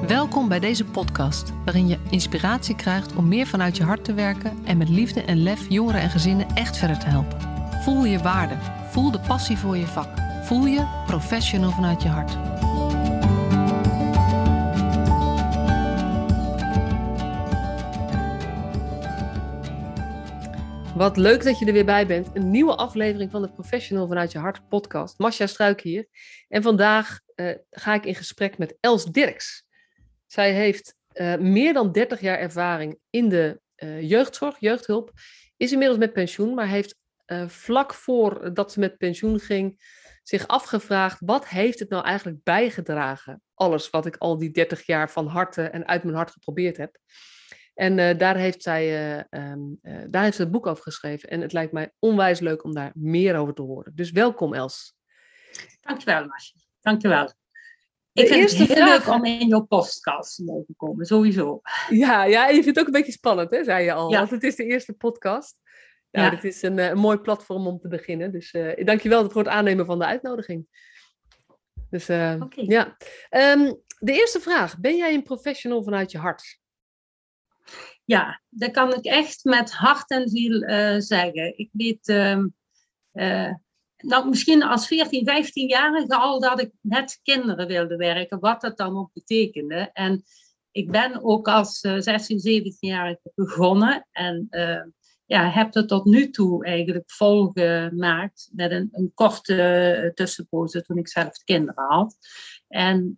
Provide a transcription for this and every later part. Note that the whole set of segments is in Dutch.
Welkom bij deze podcast, waarin je inspiratie krijgt om meer vanuit je hart te werken en met liefde en lef jongeren en gezinnen echt verder te helpen. Voel je waarde, voel de passie voor je vak, voel je professional vanuit je hart. Wat leuk dat je er weer bij bent. Een nieuwe aflevering van de Professional vanuit je hart podcast. Masja Struik hier. En vandaag ga ik in gesprek met Els Dirks. Zij heeft meer dan 30 jaar ervaring in de jeugdzorg, jeugdhulp. Is inmiddels met pensioen, maar heeft vlak voordat ze met pensioen ging zich afgevraagd: wat heeft het nou eigenlijk bijgedragen? Alles wat ik al die 30 jaar van harte en uit mijn hart geprobeerd heb. En daar heeft ze het boek over geschreven. En het lijkt mij onwijs leuk om daar meer over te horen. Dus welkom, Els. Dankjewel, Masja. Dankjewel. Ik vind het heel leuk om in jouw podcast te mogen komen, sowieso. Ja, je vindt het ook een beetje spannend, hè, zei je al. Ja. Want het is de eerste podcast. Nou, dit is een mooi platform om te beginnen. Dus dankjewel voor het aannemen van de uitnodiging. Dus ja. De eerste vraag. Ben jij een professional vanuit je hart? Ja, dat kan ik echt met hart en ziel zeggen. Ik weet, misschien als 14, 15-jarige al dat ik met kinderen wilde werken, wat dat dan ook betekende. En ik ben ook als 16, 17-jarige begonnen en heb het tot nu toe eigenlijk volgemaakt met een korte tussenpoze toen ik zelf kinderen had. En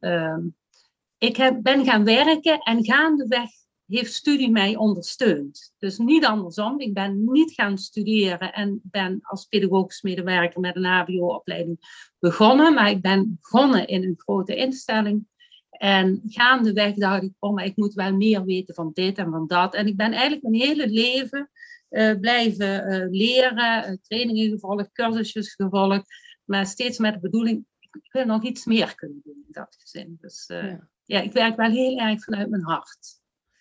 ik ben gaan werken en gaandeweg heeft studie mij ondersteund. Dus niet andersom. Ik ben niet gaan studeren en ben als pedagogisch medewerker met een hbo-opleiding begonnen. Maar ik ben begonnen in een grote instelling. En gaandeweg dacht ik, maar ik moet wel meer weten van dit en van dat. En ik ben eigenlijk mijn hele leven blijven leren, trainingen gevolgd, cursusjes gevolgd. Maar steeds met de bedoeling, ik wil nog iets meer kunnen doen in dat gezin. Dus ik werk wel heel erg vanuit mijn hart.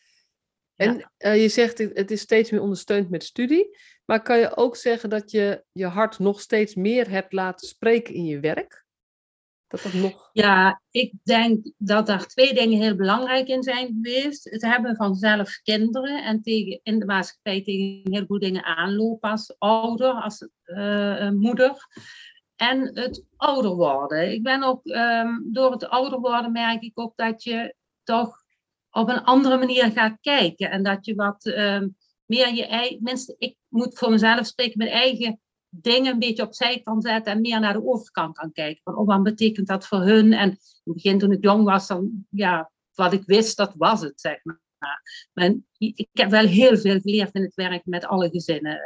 En je zegt, het is steeds meer ondersteund met studie. Maar kan je ook zeggen dat je je hart nog steeds meer hebt laten spreken in je werk? Dat nog... Ja, ik denk dat daar 2 dingen heel belangrijk in zijn geweest. Het hebben van zelf kinderen en in de maatschappij tegen een heleboel dingen aanlopen als ouder, als moeder. En het ouder worden. Ik ben ook, door het ouder worden merk ik ook dat je toch op een andere manier gaat kijken. En dat je wat meer je eigen... Mensen, ik moet voor mezelf spreken, mijn eigen dingen een beetje opzij kan zetten en meer naar de overkant kan kijken. Van, wat betekent dat voor hun? En in het begin toen ik jong was, dan, wat ik wist, dat was het, zeg maar. Maar ik heb wel heel veel geleerd in het werk met alle gezinnen.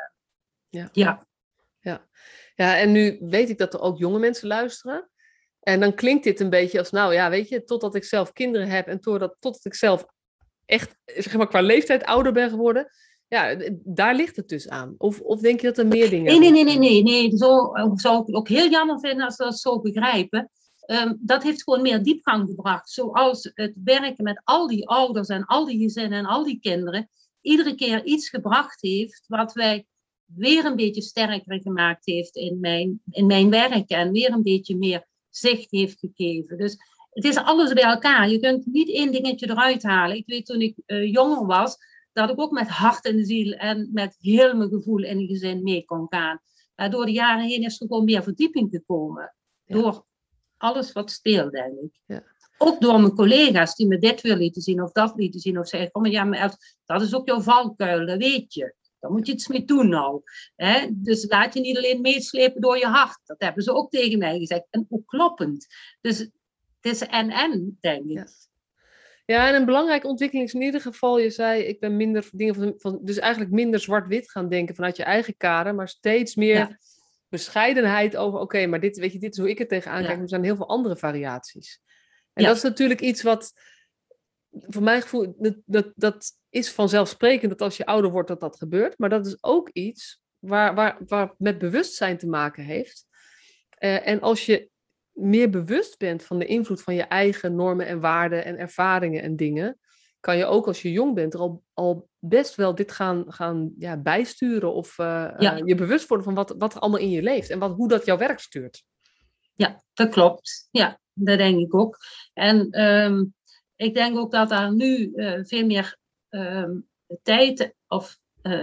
Ja, en nu weet ik dat er ook jonge mensen luisteren. En dan klinkt dit een beetje als, totdat ik zelf kinderen heb en totdat ik zelf echt, zeg maar, qua leeftijd ouder ben geworden, daar ligt het dus aan. Of denk je dat er meer dingen... Nee. Zo zou ik het ook heel jammer vinden als we dat zo begrijpen. Dat heeft gewoon meer diepgang gebracht. Zoals het werken met al die ouders en al die gezinnen en al die kinderen iedere keer iets gebracht heeft wat wij weer een beetje sterker gemaakt heeft in mijn werk en weer een beetje meer zicht heeft gegeven. Dus het is alles bij elkaar. Je kunt niet 1 dingetje eruit halen. Ik weet toen ik jonger was, dat ik ook met hart en ziel en met heel mijn gevoel in een gezin mee kon gaan. Maar door de jaren heen is er gewoon meer verdieping gekomen. Ja. Door alles wat speelt, denk ik. Ja. Ook door mijn collega's die me dit weer lieten zien of dat lieten zien. Of zeiden, maar dat is ook jouw valkuil, dat weet je. Daar moet je iets mee doen nou. Hè? Dus laat je niet alleen meeslepen door je hart. Dat hebben ze ook tegen mij gezegd. En ook kloppend. Dus het is en, denk ik. Ja, en een belangrijke ontwikkeling is in ieder geval, je zei, ik ben minder dingen dus eigenlijk minder zwart-wit gaan denken vanuit je eigen kader, maar steeds meer bescheidenheid over, oké, maar dit is hoe ik het tegenaan kijk, maar er zijn heel veel andere variaties. En dat is natuurlijk iets wat, voor mijn gevoel, dat is vanzelfsprekend dat als je ouder wordt dat gebeurt, maar dat is ook iets waar met bewustzijn te maken heeft. En als je meer bewust bent van de invloed van je eigen normen en waarden en ervaringen en dingen, kan je ook als je jong bent er al best wel dit gaan bijsturen of je bewust worden van wat er allemaal in je leeft en hoe dat jouw werk stuurt. Ja, dat klopt. Ja, dat denk ik ook. En ik denk ook dat er nu veel meer tijd of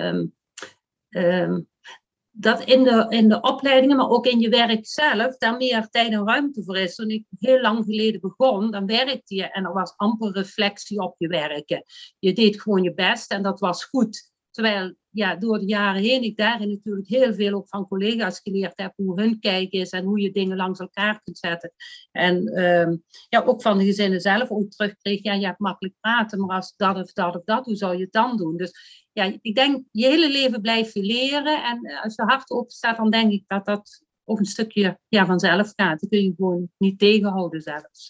dat in de opleidingen, maar ook in je werk zelf, daar meer tijd en ruimte voor is. Toen ik heel lang geleden begon, dan werkte je en er was amper reflectie op je werken. Je deed gewoon je best en dat was goed. Terwijl, ja, door de jaren heen ik daarin natuurlijk heel veel ook van collega's geleerd heb, hoe hun kijk is en hoe je dingen langs elkaar kunt zetten. En ook van de gezinnen zelf ook terugkreeg, ja, je hebt makkelijk praten, maar als dat of dat of dat, hoe zou je het dan doen? Dus ja, ik denk, je hele leven blijf je leren. En als je hart open staat, dan denk ik dat dat ook een stukje vanzelf gaat. Dat kun je gewoon niet tegenhouden zelfs.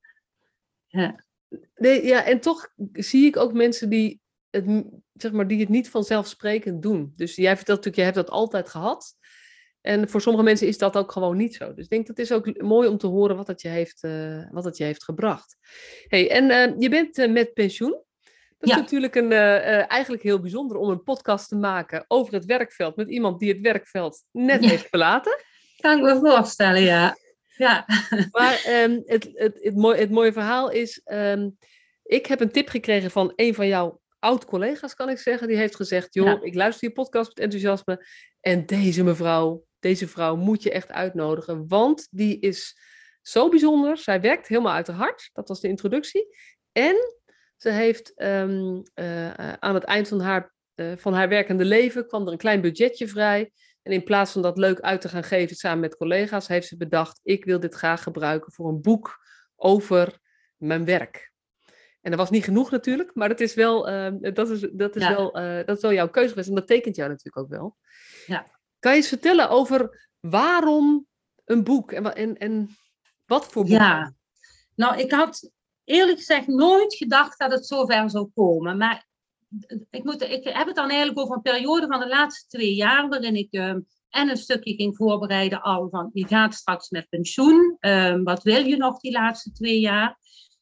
Nee, ja, en toch zie ik ook mensen die het niet vanzelfsprekend doen. Dus jij vertelt natuurlijk, je hebt dat altijd gehad. En voor sommige mensen is dat ook gewoon niet zo. Dus ik denk dat het is ook mooi om te horen wat het je heeft gebracht. Hey, en je bent met pensioen. Dat is natuurlijk eigenlijk heel bijzonder om een podcast te maken over het werkveld met iemand die het werkveld net heeft verlaten. Kan ik me voorstellen, ja. Maar het mooie verhaal is, ik heb een tip gekregen van een van jouw oud-collega's, kan ik zeggen. Die heeft gezegd, joh, ik luister je podcast met enthousiasme. En deze vrouw moet je echt uitnodigen, want die is zo bijzonder. Zij werkt helemaal uit haar hart. Dat was de introductie. En ze heeft aan het eind van haar werkende leven kwam er een klein budgetje vrij. En in plaats van dat leuk uit te gaan geven samen met collega's, heeft ze bedacht, ik wil dit graag gebruiken voor een boek over mijn werk. En dat was niet genoeg natuurlijk, maar dat is wel, dat is wel jouw keuze geweest. En dat tekent jou natuurlijk ook wel. Ja. Kan je eens vertellen over waarom een boek en wat voor boek? Ja, nou, ik had eerlijk gezegd nooit gedacht dat het zover zou komen. Maar ik heb het dan eigenlijk over een periode van de laatste 2 jaar, waarin ik en een stukje ging voorbereiden al van, je gaat straks met pensioen. Wat wil je nog die laatste 2 jaar?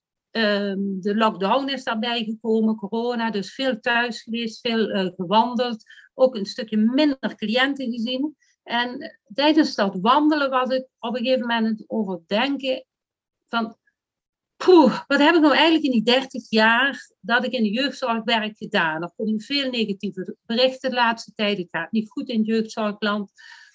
De lockdown is daarbij gekomen, corona, dus veel thuis geweest, veel gewandeld. Ook een stukje minder cliënten gezien. En tijdens dat wandelen was ik op een gegeven moment overdenken van, wat heb ik nou eigenlijk in die 30 jaar dat ik in de jeugdzorg werk gedaan? Er komen veel negatieve berichten de laatste tijd. Het gaat niet goed in het jeugdzorgland.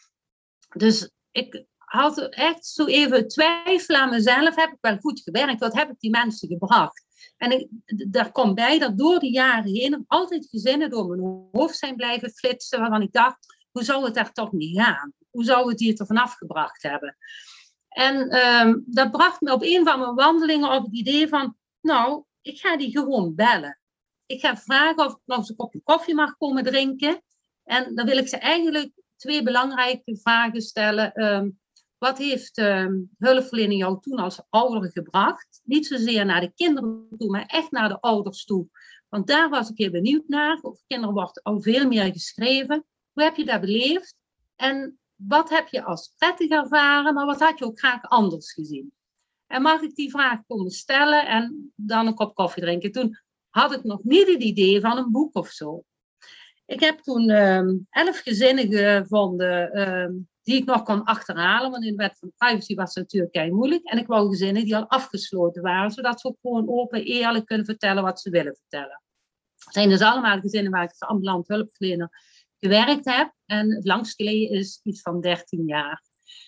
Dus ik had echt zo even twijfelen aan mezelf. Heb ik wel goed gewerkt? Wat heb ik die mensen gebracht? En daar komt bij dat door de jaren heen er altijd gezinnen door mijn hoofd zijn blijven flitsen. Waarvan ik dacht, hoe zou het daar toch niet gaan? Hoe zou het die het er vanaf gebracht hebben? En dat bracht me op een van mijn wandelingen op het idee van, nou, ik ga die gewoon bellen. Ik ga vragen of ik nog eens een kopje koffie mag komen drinken. En dan wil ik ze eigenlijk 2 belangrijke vragen stellen. Wat heeft hulpverlening jou toen als ouder gebracht? Niet zozeer naar de kinderen toe, maar echt naar de ouders toe. Want daar was ik heel benieuwd naar. Over kinderen wordt al veel meer geschreven. Hoe heb je dat beleefd? En wat heb je als prettig ervaren, maar wat had je ook graag anders gezien? En mag ik die vraag komen stellen en dan een kop koffie drinken? Toen had ik nog niet het idee van een boek of zo. Ik heb toen 11 gezinnen gevonden die ik nog kon achterhalen, want in de wet van privacy was het natuurlijk kei moeilijk. En ik wou gezinnen die al afgesloten waren, zodat ze ook gewoon open, eerlijk kunnen vertellen wat ze willen vertellen. Het zijn dus allemaal gezinnen waar ik als ambulant hulpverlener gewerkt heb. En het langst geleden is iets van 13 jaar.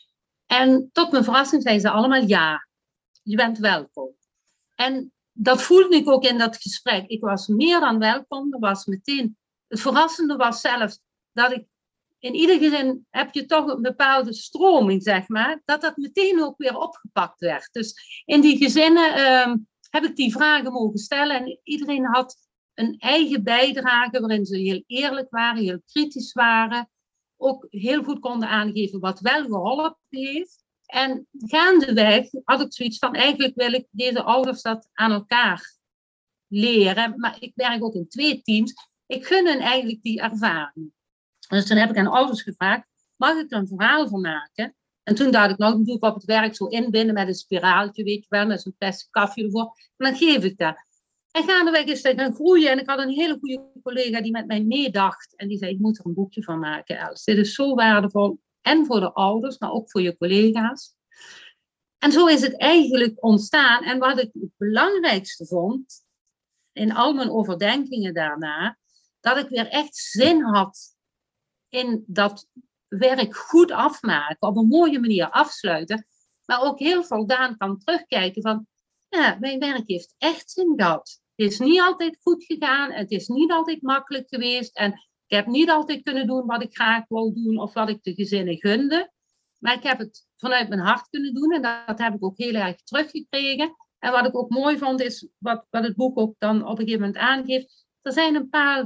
En tot mijn verrassing zeiden ze allemaal ja, je bent welkom. En dat voelde ik ook in dat gesprek. Ik was meer dan welkom. Er was meteen, het verrassende was zelfs dat ik, in ieder gezin heb je toch een bepaalde stroming, zeg maar, dat meteen ook weer opgepakt werd. Dus in die gezinnen heb ik die vragen mogen stellen en iedereen had een eigen bijdrage waarin ze heel eerlijk waren, heel kritisch waren. Ook heel goed konden aangeven wat wel geholpen heeft. En gaandeweg had ik zoiets van, eigenlijk wil ik deze ouders dat aan elkaar leren. Maar ik werk ook in 2 teams. Ik gun hen eigenlijk die ervaring. Dus toen heb ik aan ouders gevraagd, mag ik er een verhaal van maken? En toen dacht ik, nou, dan doe ik op het werk zo inbinden met een spiraaltje, weet je wel, met zo'n plastic kafje ervoor. En dan geef ik dat. En gaandeweg is dat gaan groeien. En ik had een hele goede collega die met mij meedacht. En die zei, ik moet er een boekje van maken, Els. Dit is zo waardevol. En voor de ouders, maar ook voor je collega's. En En zo is het eigenlijk ontstaan. En wat ik het belangrijkste vond, in al mijn overdenkingen daarna, dat ik weer echt zin had in dat werk goed afmaken, op een mooie manier afsluiten, maar ook heel voldaan kan terugkijken van, ja, mijn werk heeft echt zin gehad. Het is niet altijd goed gegaan, het is niet altijd makkelijk geweest en ik heb niet altijd kunnen doen wat ik graag wou doen of wat ik de gezinnen gunde, maar ik heb het vanuit mijn hart kunnen doen en dat heb ik ook heel erg teruggekregen. En wat ik ook mooi vond is, wat het boek ook dan op een gegeven moment aangeeft, er zijn een paar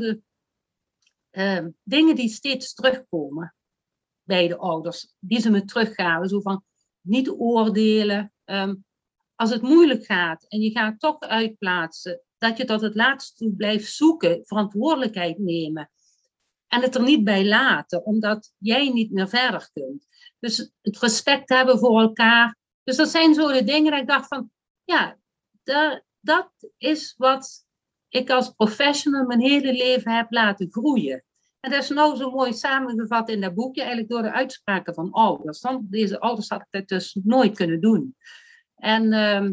dingen die steeds terugkomen bij de ouders, die ze me teruggaven. Zo van niet oordelen. Als het moeilijk gaat en je gaat toch uitplaatsen, dat je tot het laatste toe blijft zoeken, verantwoordelijkheid nemen. En het er niet bij laten, omdat jij niet meer verder kunt. Dus het respect hebben voor elkaar. Dus dat zijn zo de dingen dat ik dacht van, ja, dat is wat ik als professional mijn hele leven heb laten groeien. En dat is nou zo mooi samengevat in dat boekje, eigenlijk door de uitspraken van ouders. Deze ouders had ik dat dus nooit kunnen doen. En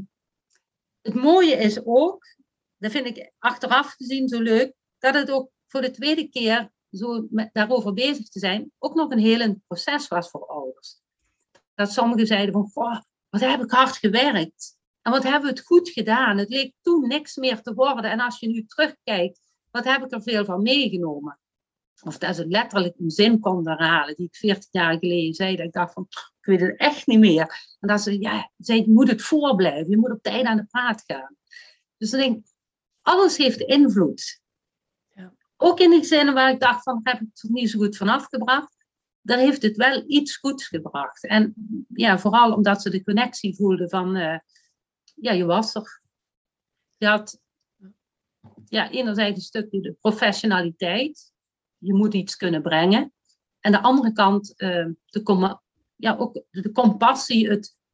het mooie is ook, dat vind ik achteraf gezien zo leuk, dat het ook voor de tweede keer zo daarover bezig te zijn, ook nog een helend proces was voor ouders. Dat sommigen zeiden van, goh, wat heb ik hard gewerkt. En wat hebben we het goed gedaan. Het leek toen niks meer te worden. En als je nu terugkijkt, wat heb ik er veel van meegenomen. Of dat ze letterlijk een zin konden herhalen, die ik 14 jaar geleden zei. Dat ik dacht van, ik weet het echt niet meer. En dat ze, ja, zei, je moet het voorblijven. Je moet op tijd aan de praat gaan. Dus dan denk ik, alles heeft invloed. Ja. Ook in die zinnen waar ik dacht van, heb ik het er niet zo goed vanaf gebracht. Daar heeft het wel iets goeds gebracht. En ja, vooral omdat ze de connectie voelden van, ja, je was er. Je had, ja, enerzijds een stukje de professionaliteit. Je moet iets kunnen brengen. En de andere kant, ook de compassie,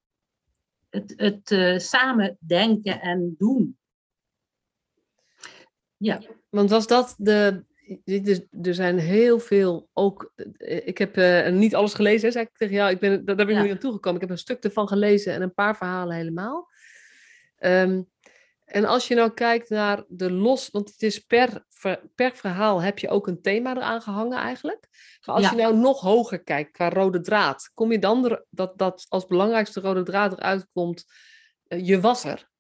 het samen denken en doen. Ja. Want was dat er zijn heel veel ook. Ik heb niet alles gelezen, hè, zei ik tegen jou. Daar ben ik nu aan toegekomen. Ik heb een stuk ervan gelezen en een paar verhalen helemaal. En als je nou kijkt naar want het is per verhaal heb je ook een thema eraan gehangen eigenlijk. Maar als je nou nog hoger kijkt qua rode draad, kom je dan dat als belangrijkste rode draad eruit komt, je was er.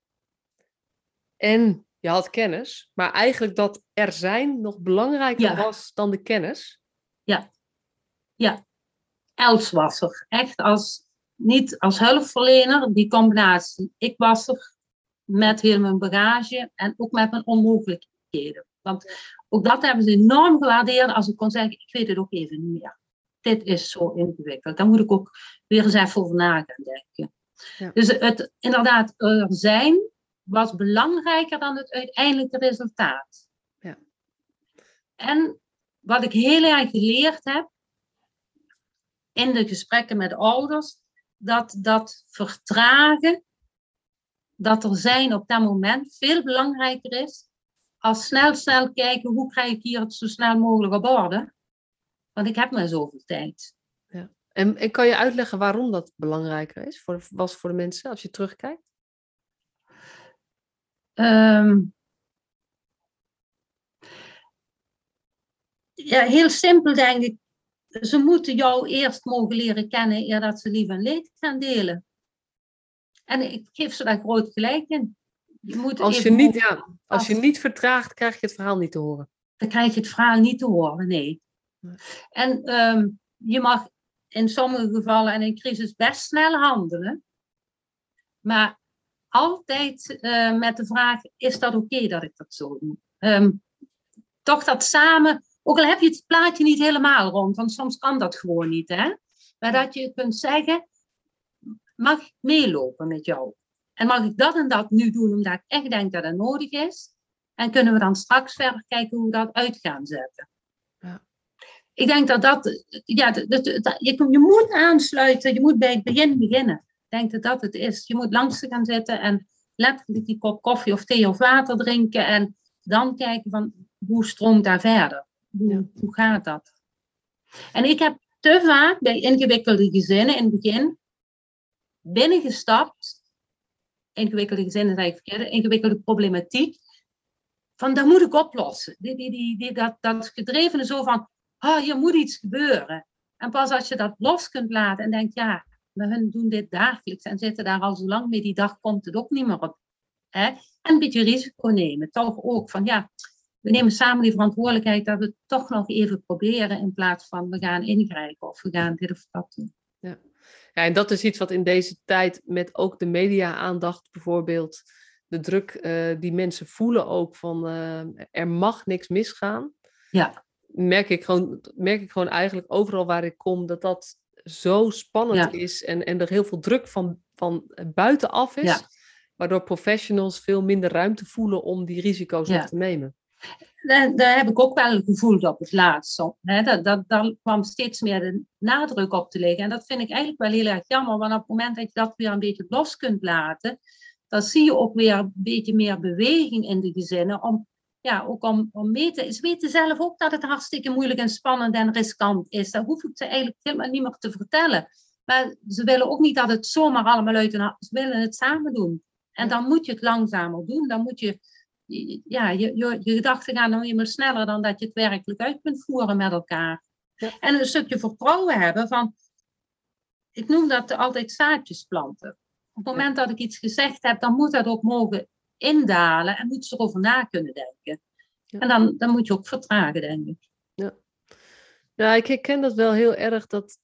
En je had kennis, maar eigenlijk dat er zijn nog belangrijker was dan de kennis. Ja. Els was er. Echt niet als hulpverlener, die combinatie. Ik was er met heel mijn bagage en ook met mijn onmogelijkheden. Want ook dat hebben ze enorm gewaardeerd als ik kon zeggen, ik weet het ook even niet meer. Dit is zo ingewikkeld. Daar moet ik ook weer eens even over na gaan denken. Ja. Dus het inderdaad er zijn was belangrijker dan het uiteindelijke resultaat. Ja. En wat ik heel erg geleerd heb in de gesprekken met ouders, dat vertragen, dat er zijn op dat moment veel belangrijker is als snel kijken hoe krijg ik hier het zo snel mogelijk op orde. Want ik heb maar zoveel tijd. Ja. En kan je uitleggen waarom dat belangrijker is was voor de mensen als je terugkijkt? Ja, heel simpel denk ik. Ze moeten jou eerst mogen leren kennen eer dat ze lief en leed gaan delen. En ik geef ze daar groot gelijk in. Als je niet vertraagt, krijg je het verhaal niet te horen. Dan krijg je het verhaal niet te horen, nee. En je mag in sommige gevallen en in crisis best snel handelen. Maar altijd met de vraag, is dat oké dat ik dat zo doe? Toch dat samen, ook al heb je het plaatje niet helemaal rond, want soms kan dat gewoon niet, hè? Maar dat je kunt zeggen, mag ik meelopen met jou? En mag ik dat en dat nu doen, omdat ik echt denk dat het nodig is? En kunnen we dan straks verder kijken hoe we dat uit gaan zetten? Ja. Ik denk je moet aansluiten, je moet bij het begin beginnen. Ik denk dat het is. Je moet langs gaan zitten en letterlijk die kop koffie of thee of water drinken en dan kijken van hoe stroomt daar verder? Hoe gaat dat? En ik heb te vaak bij ingewikkelde gezinnen in het begin binnengestapt, ingewikkelde gezinnen, zeg ik verkeerd, ingewikkelde problematiek, van dat moet ik oplossen. Dat gedrevene zo van, hier moet iets gebeuren. En pas als je dat los kunt laten en denkt, ja, hun doen dit dagelijks en zitten daar al zo lang mee, die dag komt het ook niet meer op. Hè? En een beetje risico nemen, toch ook van, ja, we nemen samen die verantwoordelijkheid dat we het toch nog even proberen in plaats van we gaan ingrijpen of we gaan dit of dat doen. Ja. Ja, en dat is iets wat in deze tijd met ook de media-aandacht bijvoorbeeld, de druk die mensen voelen ook van er mag niks misgaan. Ja. Merk ik gewoon eigenlijk overal waar ik kom dat zo spannend is en er heel veel druk van buitenaf is, waardoor professionals veel minder ruimte voelen om die risico's nog te nemen. Daar heb ik ook wel gevoeld op het laatst. Daar kwam steeds meer de nadruk op te liggen. En dat vind ik eigenlijk wel heel erg jammer. Want op het moment dat je dat weer een beetje los kunt laten, dan zie je ook weer een beetje meer beweging in de gezinnen. Om mee te... Ze weten zelf ook dat het hartstikke moeilijk en spannend en riskant is. Dat hoef ik ze eigenlijk helemaal niet meer te vertellen. Maar ze willen ook niet dat het zomaar allemaal uit hun hand... Ze willen het samen doen. En dan moet je het langzamer doen. Dan moet je... je gedachten gaan dan helemaal sneller dan dat je het werkelijk uit kunt voeren met elkaar. Ja. En een stukje vertrouwen hebben van, ik noem dat altijd zaadjes planten. Op het moment dat ik iets gezegd heb, dan moet dat ook mogen indalen en moet ze erover na kunnen denken. Ja. En dan moet je ook vertragen, denk ik. Ja, ik herken dat wel heel erg, dat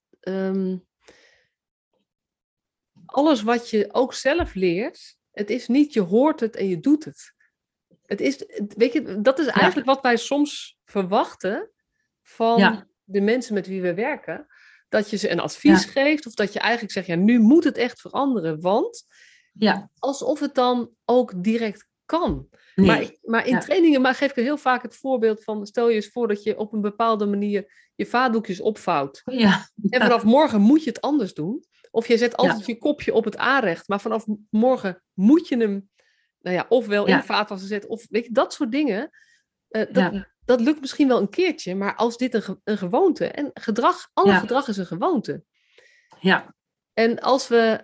alles wat je ook zelf leert, het is niet je hoort het en je doet het. Weet je, dat is eigenlijk wat wij soms verwachten van de mensen met wie we werken. Dat je ze een advies geeft of dat je eigenlijk zegt, nu moet het echt veranderen. Want alsof het dan ook direct kan. Nee. Maar in trainingen geef ik heel vaak het voorbeeld van, stel je eens voor dat je op een bepaalde manier je vaatdoekjes opvouwt. Ja. En vanaf morgen moet je het anders doen. Of je zet altijd je kopje op het aanrecht, maar vanaf morgen moet je hem ofwel in de vaatwasser zetten, of weet je, dat soort dingen. Dat lukt misschien wel een keertje, maar als dit een gewoonte, en alle gedrag is een gewoonte. Ja. En als we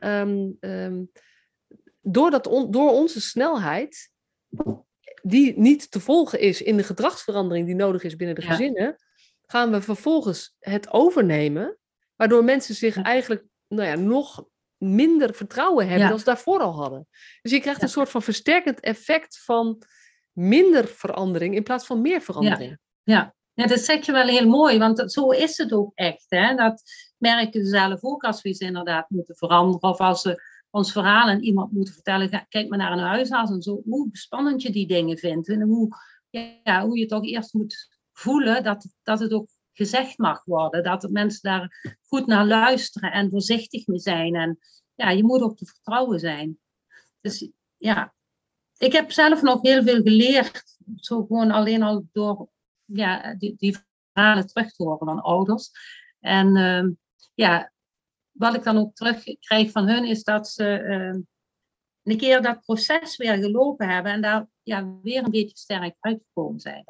door onze snelheid, die niet te volgen is in de gedragsverandering die nodig is binnen de gezinnen, gaan we vervolgens het overnemen, waardoor mensen zich eigenlijk nog minder vertrouwen hebben dan ze daarvoor al hadden. Dus je krijgt een soort van versterkend effect van minder verandering in plaats van meer verandering. Ja, dat zeg je wel heel mooi, want zo is het ook echt. Hè? Dat merken ze zelf ook als we ze inderdaad moeten veranderen of als ze ons verhaal aan iemand moeten vertellen. Kijk maar naar een huisarts en zo, hoe spannend je die dingen vindt en hoe je toch eerst moet voelen dat het ook gezegd mag worden, dat de mensen daar goed naar luisteren en voorzichtig mee zijn. En je moet ook te vertrouwen zijn. Dus ik heb zelf nog heel veel geleerd, zo gewoon alleen al door die verhalen terug te horen van ouders. En wat ik dan ook terugkrijg van hun is dat ze een keer dat proces weer gelopen hebben en daar weer een beetje sterk uitgekomen zijn.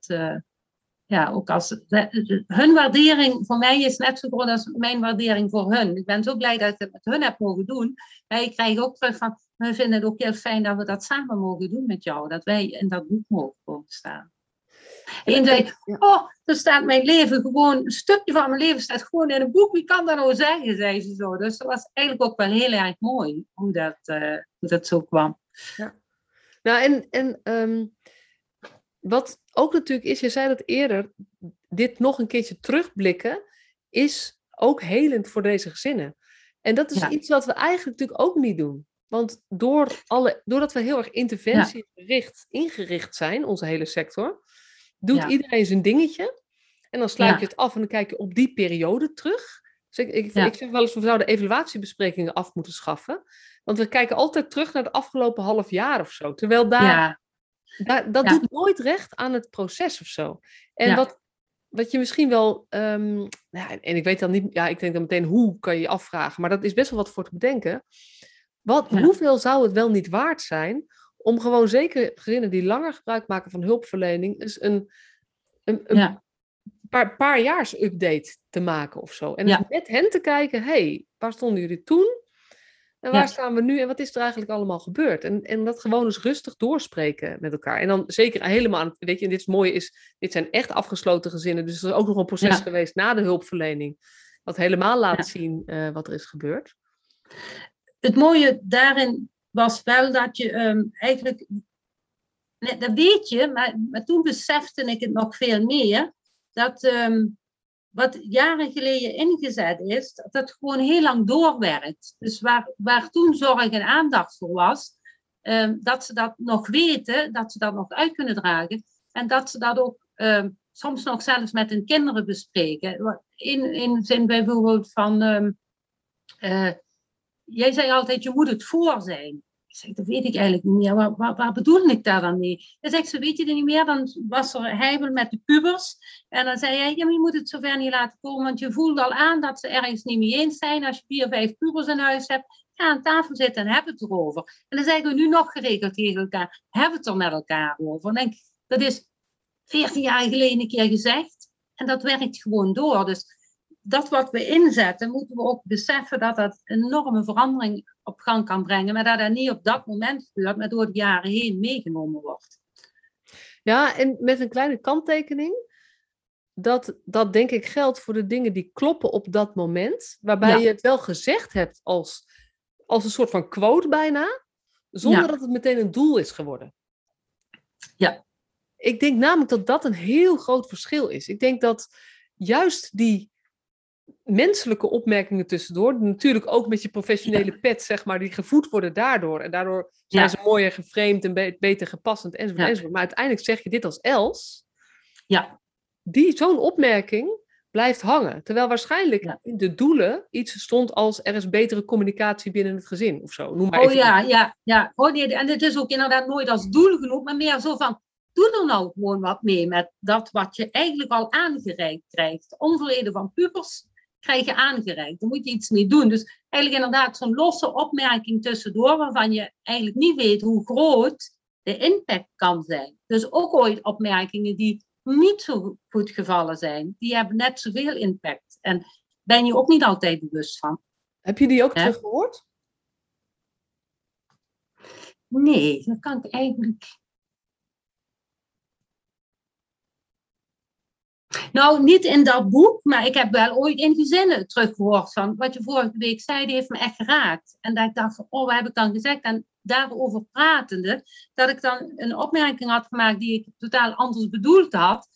Ook als hun waardering voor mij is net zo groot als mijn waardering voor hun. Ik ben zo blij dat ik het met hun heb mogen doen. Maar ik krijg ook terug van, we vinden het ook heel fijn dat we dat samen mogen doen met jou. Dat wij in dat boek mogen komen staan. En zei, er staat mijn leven gewoon, een stukje van mijn leven staat gewoon in een boek. Wie kan dat nou zeggen, zei ze zo. Dus dat was eigenlijk ook wel heel erg mooi, hoe dat zo kwam. Ja. Nou, en wat ook natuurlijk is, je zei dat eerder, dit nog een keertje terugblikken is ook helend voor deze gezinnen. En dat is iets wat we eigenlijk natuurlijk ook niet doen. Want doordat we heel erg interventiegericht ingericht zijn, onze hele sector, doet iedereen zijn dingetje. En dan sluit je het af en dan kijk je op die periode terug. Dus ik zeg wel eens, we zouden evaluatiebesprekingen af moeten schaffen. Want we kijken altijd terug naar de afgelopen half jaar of zo. Terwijl dat doet nooit recht aan het proces of zo. En wat je misschien wel... en ik weet dan niet... ik denk dan meteen, hoe kan je je afvragen? Maar dat is best wel wat voor te bedenken. Hoeveel zou het wel niet waard zijn om gewoon zeker gezinnen die langer gebruik maken van hulpverlening, dus een paarjaars update te maken of zo. En dus met hen te kijken, waar stonden jullie toen? En waar staan we nu en wat is er eigenlijk allemaal gebeurd? En dat gewoon eens rustig doorspreken met elkaar. En dan zeker helemaal, weet je, en dit is mooi, dit zijn echt afgesloten gezinnen. Dus er is ook nog een proces geweest na de hulpverlening. Wat helemaal laat zien wat er is gebeurd. Het mooie daarin was wel dat je eigenlijk, dat weet je, maar toen besefte ik het nog veel meer, dat wat jaren geleden ingezet is, dat gewoon heel lang doorwerkt. Dus waar toen zorg en aandacht voor was, dat ze dat nog weten, dat ze dat nog uit kunnen dragen en dat ze dat ook soms nog zelfs met hun kinderen bespreken. In zin bijvoorbeeld van, jij zei altijd, je moet het voor zijn. Ik zeg, dat weet ik eigenlijk niet meer. Waar bedoel ik daar dan mee? Dan zegt ze, weet je het niet meer? Dan was er heibel met de pubers. En dan zei jij, ja, maar je moet het zover niet laten komen. Want je voelt al aan dat ze ergens niet mee eens zijn. Als je 4, 5 pubers in huis hebt, ga aan tafel zitten en heb het erover. En dan zeggen we nu nog geregeld tegen elkaar, heb het er met elkaar over. En denk, dat is 14 jaar geleden een keer gezegd. En dat werkt gewoon door. Dus dat wat we inzetten, moeten we ook beseffen dat dat een enorme verandering op gang kan brengen, maar dat dat niet op dat moment gebeurt, maar door de jaren heen meegenomen wordt. Ja, en met een kleine kanttekening, dat denk ik geldt voor de dingen die kloppen op dat moment, waarbij je het wel gezegd hebt als een soort van quote bijna, zonder dat het meteen een doel is geworden. Ja. Ik denk namelijk dat een heel groot verschil is. Ik denk dat juist die menselijke opmerkingen tussendoor, natuurlijk ook met je professionele pet, zeg maar, die gevoed worden daardoor. En daardoor zijn ze mooier geframed en beter gepassend enzovoort. Maar uiteindelijk zeg je dit als Els. Ja. Zo'n opmerking blijft hangen. Terwijl waarschijnlijk in de doelen iets stond als er is betere communicatie binnen het gezin of zo. Noem maar even. Ja. Oh, nee, en het is ook inderdaad nooit als doel genoemd, maar meer zo van, doe er nou gewoon wat mee met dat wat je eigenlijk al aangereikt krijgt. Onverleden van pubers krijg je aangereikt. Daar moet je iets mee doen. Dus eigenlijk inderdaad zo'n losse opmerking tussendoor, waarvan je eigenlijk niet weet hoe groot de impact kan zijn. Dus ook ooit opmerkingen die niet zo goed gevallen zijn, die hebben net zoveel impact. En ben je ook niet altijd bewust van. Heb je die ook teruggehoord? Nee, dat kan ik eigenlijk. Nou, niet in dat boek, maar ik heb wel ooit in gezinnen teruggehoord van wat je vorige week zei, die heeft me echt geraakt. En dat ik dacht van, wat heb ik dan gezegd? En daarover pratende, dat ik dan een opmerking had gemaakt die ik totaal anders bedoeld had.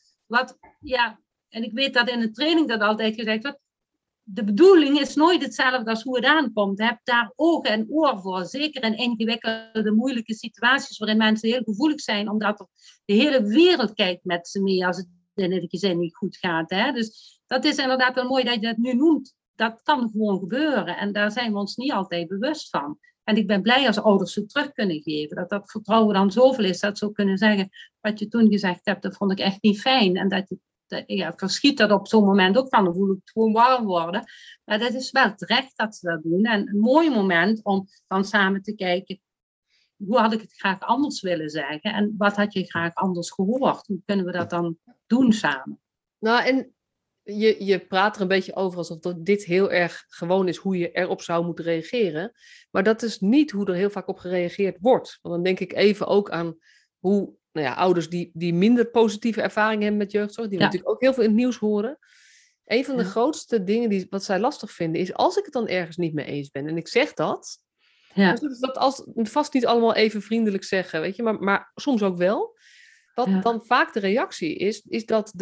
En ik weet dat in de training dat altijd gezegd wordt, de bedoeling is nooit hetzelfde als hoe het aankomt. Je hebt daar ogen en oor voor. Zeker in ingewikkelde, moeilijke situaties waarin mensen heel gevoelig zijn, omdat de hele wereld kijkt met ze mee als het in het gezin niet goed gaat. Hè? Dus dat is inderdaad wel mooi dat je dat nu noemt. Dat kan gewoon gebeuren. En daar zijn we ons niet altijd bewust van. En ik ben blij als ouders zo terug kunnen geven. Dat vertrouwen dan zoveel is. Dat ze ook kunnen zeggen, wat je toen gezegd hebt, dat vond ik echt niet fijn. En dat je verschiet dat op zo'n moment ook van. Dan voel ik het gewoon warm worden. Maar dat is wel terecht dat ze dat doen. En een mooi moment om dan samen te kijken, hoe had ik het graag anders willen zeggen? En wat had je graag anders gehoord? Hoe kunnen we dat dan doen samen? Nou, en je praat er een beetje over alsof dit heel erg gewoon is hoe je erop zou moeten reageren. Maar dat is niet hoe er heel vaak op gereageerd wordt. Want dan denk ik even ook aan hoe ouders die minder positieve ervaringen hebben met jeugdzorg, die we natuurlijk ook heel veel in het nieuws horen. Een van de grootste dingen wat zij lastig vinden is, als ik het dan ergens niet mee eens ben en ik zeg dat, dan zullen ze dat vast niet allemaal even vriendelijk zeggen, weet je, maar soms ook wel. Wat dan vaak de reactie is dat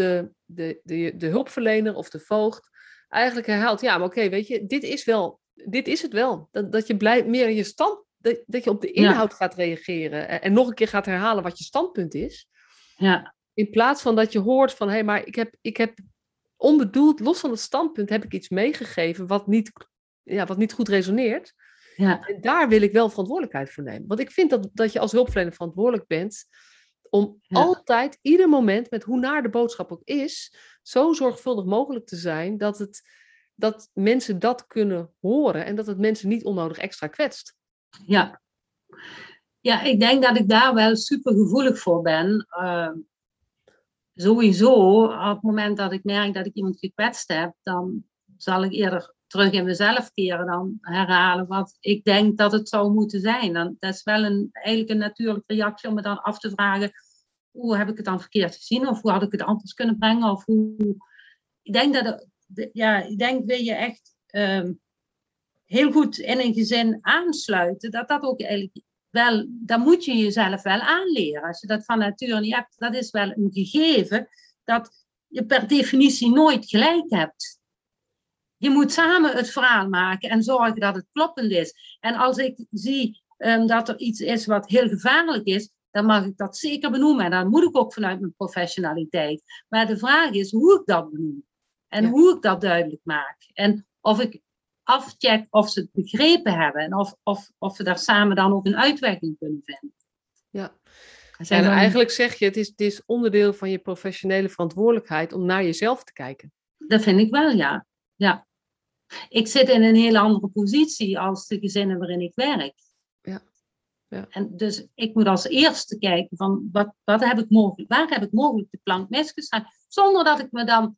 de hulpverlener of de voogd eigenlijk herhaalt, ja, maar oké, weet je, dit is het wel. Dat je meer je dat je op de inhoud gaat reageren en nog een keer gaat herhalen wat je standpunt is. Ja. In plaats van dat je hoort van, hé, maar ik heb onbedoeld, los van het standpunt, heb ik iets meegegeven wat niet goed resoneert. Ja. En daar wil ik wel verantwoordelijkheid voor nemen. Want ik vind dat je als hulpverlener verantwoordelijk bent om altijd, ieder moment, met hoe naar de boodschap ook is, zo zorgvuldig mogelijk te zijn dat mensen dat kunnen horen en dat het mensen niet onnodig extra kwetst. Ja. Ja, ik denk dat ik daar wel super gevoelig voor ben. Sowieso, op het moment dat ik merk dat ik iemand gekwetst heb, dan zal ik eerder terug in mezelf keren, dan herhalen wat ik denk dat het zou moeten zijn. Dat is wel eigenlijk een natuurlijke reactie om me dan af te vragen, hoe heb ik het dan verkeerd gezien? Of hoe had ik het anders kunnen brengen? Of hoe... Ik denk wil je echt heel goed in een gezin aansluiten, dat ook eigenlijk wel, dan moet je jezelf wel aanleren. Als je dat van nature niet hebt, dat is wel een gegeven dat je per definitie nooit gelijk hebt. Je moet samen het verhaal maken en zorgen dat het kloppend is. En als ik zie dat er iets is wat heel gevaarlijk is, dan mag ik dat zeker benoemen. En dat moet ik ook vanuit mijn professionaliteit. Maar de vraag is hoe ik dat benoem. En hoe ik dat duidelijk maak. En of ik afcheck of ze het begrepen hebben. En of we daar samen dan ook een uitwerking kunnen vinden. Ja. En eigenlijk zeg je, het is onderdeel van je professionele verantwoordelijkheid om naar jezelf te kijken. Dat vind ik wel, ja. Ik zit in een heel andere positie als de gezinnen waarin ik werk. Ja. En dus ik moet als eerste kijken van wat heb ik mogelijk, waar heb ik mogelijk de plank misgeslagen. Zonder dat ik me dan,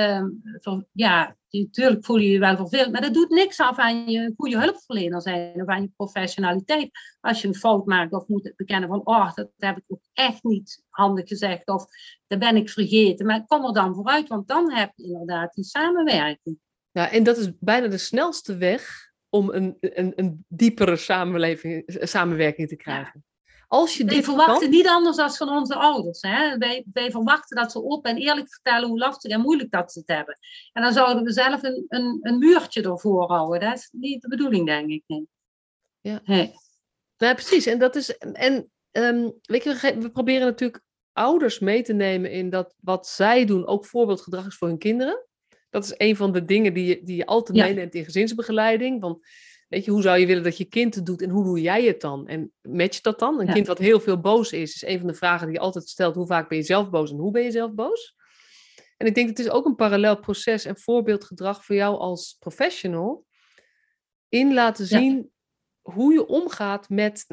natuurlijk voel je je wel verveeld, maar dat doet niks af aan je goede hulpverlener zijn of aan je professionaliteit. Als je een fout maakt of moet bekennen van, dat heb ik ook echt niet handig gezegd of dat ben ik vergeten. Maar kom er dan vooruit, want dan heb je inderdaad die samenwerking. Ja, en dat is bijna de snelste weg om een diepere samenwerking te krijgen. Als je wij verwachten niet anders dan van onze ouders. Hè? Wij verwachten dat ze open en eerlijk vertellen hoe lastig en moeilijk dat ze het hebben. En dan zouden we zelf een muurtje ervoor houden. Dat is niet de bedoeling, denk ik. Nee. Ja. Hey. Ja, precies. En dat is. Weet je, we proberen natuurlijk ouders mee te nemen in dat wat zij doen ook voorbeeldgedrag is voor hun kinderen. Dat is een van de dingen die je altijd meeneemt in gezinsbegeleiding. Van, weet je, hoe zou je willen dat je kind het doet en hoe doe jij het dan? En matcht dat dan? Een kind wat heel veel boos is een van de vragen die je altijd stelt. Hoe vaak ben je zelf boos en hoe ben je zelf boos? En ik denk dat het is ook een parallel proces en voorbeeldgedrag voor jou als professional. In laten zien hoe je omgaat met,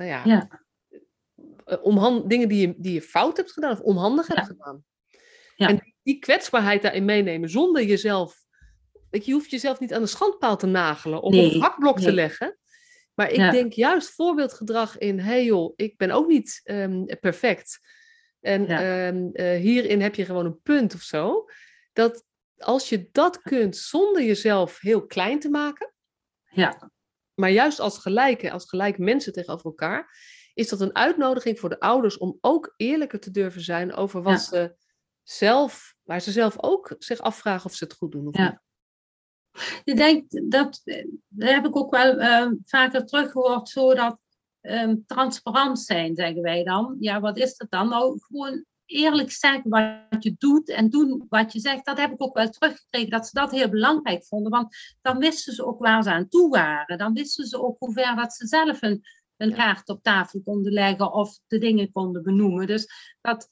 dingen die je fout hebt gedaan of onhandig hebt gedaan. Ja. En die kwetsbaarheid daarin meenemen zonder jezelf. Je hoeft jezelf niet aan de schandpaal te nagelen of op het hakblok te leggen. Maar ik denk juist voorbeeldgedrag in, hey joh, ik ben ook niet perfect. En hierin heb je gewoon een punt of zo. Dat als je dat kunt zonder jezelf heel klein te maken. Ja. Maar juist als gelijke mensen tegenover elkaar. Is dat een uitnodiging voor de ouders om ook eerlijker te durven zijn over wat ze zelf, waar ze zelf ook zich afvragen of ze het goed doen of niet. Ik denk dat heb ik ook wel vaker teruggehoord, zo dat transparant zijn, zeggen wij dan. Ja, wat is dat dan? Nou, gewoon eerlijk zeggen wat je doet en doen wat je zegt. Dat heb ik ook wel teruggekregen, dat ze dat heel belangrijk vonden. Want dan wisten ze ook waar ze aan toe waren. Dan wisten ze ook hoe ver dat ze zelf een kaart op tafel konden leggen of de dingen konden benoemen. Dus dat